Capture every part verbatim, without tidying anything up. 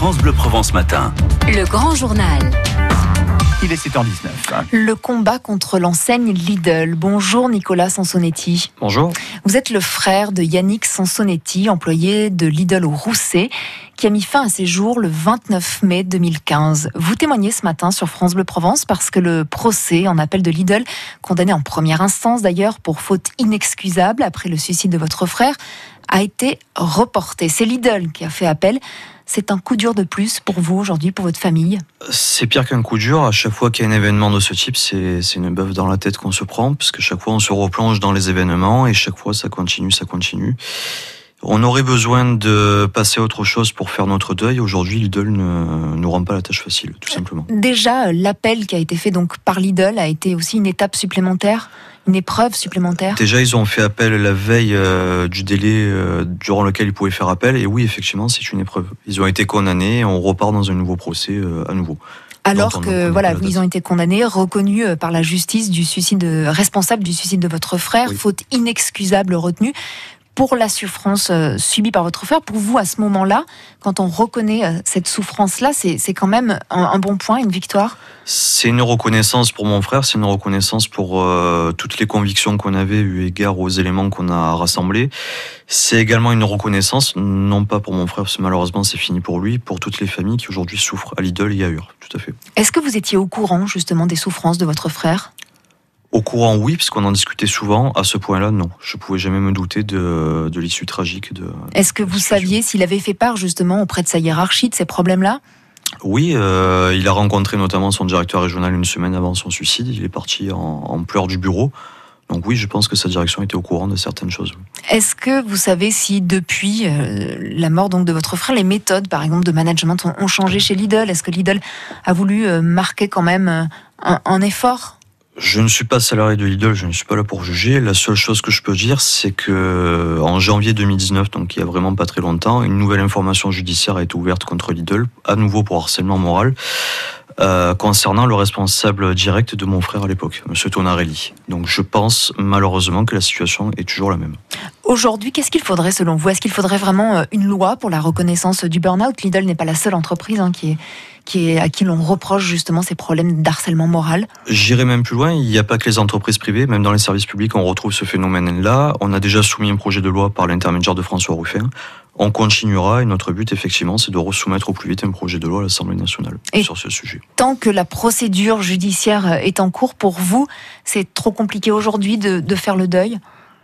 France Bleu Provence Matin. Le grand journal. Il est sept heures dix-neuf. Le combat contre l'enseigne Lidl. Bonjour Nicolas Sansonetti. Bonjour. Vous êtes le frère de Yannick Sansonetti, employé de Lidl au Rousset, qui a mis fin à ses jours le vingt-neuf mai deux mille quinze. Vous témoignez ce matin sur France Bleu Provence parce que le procès en appel de Lidl, condamné en première instance d'ailleurs pour faute inexcusable après le suicide de votre frère, a été reporté. C'est Lidl qui a fait appel. C'est un coup dur de plus pour vous aujourd'hui, pour votre famille? C'est pire qu'un coup dur. À chaque fois qu'il y a un événement de ce type, c'est, c'est une baffe dans la tête qu'on se prend, parce que chaque fois on se replonge dans les événements et chaque fois ça continue, ça continue. On aurait besoin de passer à autre chose pour faire notre deuil. Aujourd'hui, Lidl ne nous rend pas la tâche facile, tout simplement. Déjà, l'appel qui a été fait donc par Lidl a été aussi une étape supplémentaire, une épreuve supplémentaire. Déjà, ils ont fait appel la veille euh, du délai euh, durant lequel ils pouvaient faire appel. Et oui, effectivement, c'est une épreuve. Ils ont été condamnés et on repart dans un nouveau procès euh, à nouveau. Alors que voilà, ils ont été condamnés, reconnus par la justice du suicide de, responsable du suicide de votre frère, oui. Faute inexcusable retenue. Pour la souffrance euh, subie par votre frère, pour vous, à ce moment-là, quand on reconnaît euh, cette souffrance-là, c'est, c'est quand même un, un bon point, une victoire? C'est une reconnaissance pour mon frère, c'est une reconnaissance pour euh, toutes les convictions qu'on avait eu égard aux éléments qu'on a rassemblés. C'est également une reconnaissance, non pas pour mon frère, parce que malheureusement c'est fini pour lui, pour toutes les familles qui aujourd'hui souffrent à Lidl et ailleurs, tout à fait. Est-ce que vous étiez au courant justement des souffrances de votre frère ? Au courant, oui, puisqu'on en discutait souvent. À ce point-là, non. Je ne pouvais jamais me douter de, de l'issue tragique. De, Est-ce que vous saviez s'il avait fait part, justement, auprès de sa hiérarchie, de ces problèmes-là ? Oui, euh, il a rencontré notamment son directeur régional une semaine avant son suicide. Il est parti en, en pleurs du bureau. Donc oui, je pense que sa direction était au courant de certaines choses. Est-ce que vous savez si, depuis euh, la mort donc, de votre frère, les méthodes, par exemple, de management ont, ont changé chez Lidl ? Est-ce que Lidl a voulu euh, marquer quand même euh, un, un effort ? Je ne suis pas salarié de Lidl, je ne suis pas là pour juger. La seule chose que je peux dire, c'est que en janvier deux mille dix-neuf, donc il y a vraiment pas très longtemps, une nouvelle information judiciaire a été ouverte contre Lidl, à nouveau pour harcèlement moral, euh, concernant le responsable direct de mon frère à l'époque, Monsieur Tonarelli. Donc je pense malheureusement que la situation est toujours la même. Aujourd'hui, qu'est-ce qu'il faudrait selon vous ? Est-ce qu'il faudrait vraiment une loi pour la reconnaissance du burn-out ? Lidl n'est pas la seule entreprise hein, qui est... Qui est, à qui l'on reproche justement ces problèmes d'harcèlement moral. J'irai même plus loin, il n'y a pas que les entreprises privées, même dans les services publics on retrouve ce phénomène-là. On a déjà soumis un projet de loi par l'intermédiaire de François Ruffin. On continuera et notre but effectivement c'est de resoumettre au plus vite un projet de loi à l'Assemblée nationale et sur ce sujet. Tant que la procédure judiciaire est en cours, pour vous, c'est trop compliqué aujourd'hui de, de faire le deuil ?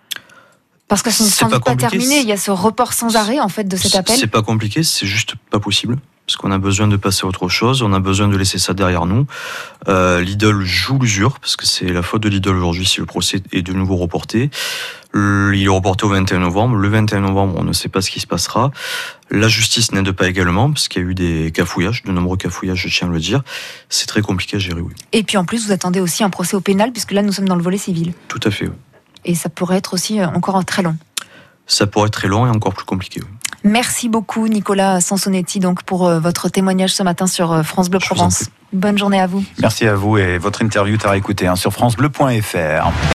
Parce que ce n'est sans doute pas terminé, il y a ce report sans arrêt en fait de cet appel. C'est pas compliqué, c'est juste pas possible. Parce qu'on a besoin de passer à autre chose, on a besoin de laisser ça derrière nous. Euh, Lidl joue l'usure, parce que c'est la faute de Lidl aujourd'hui si le procès est de nouveau reporté. Il est reporté au vingt et un novembre. Le vingt et un novembre, on ne sait pas ce qui se passera. La justice n'aide pas également, parce qu'il y a eu des cafouillages, de nombreux cafouillages, je tiens à le dire. C'est très compliqué à gérer, oui. Et puis en plus, vous attendez aussi un procès au pénal, puisque là, nous sommes dans le volet civil. Tout à fait, oui. Et ça pourrait être aussi encore très long. Ça pourrait être très long et encore plus compliqué, oui. Merci beaucoup Nicolas Sansonetti donc pour euh, votre témoignage ce matin sur euh, France Bleu Provence. Bonne journée à vous. Merci à vous et votre interview est à réécouter hein, sur francebleu point f r.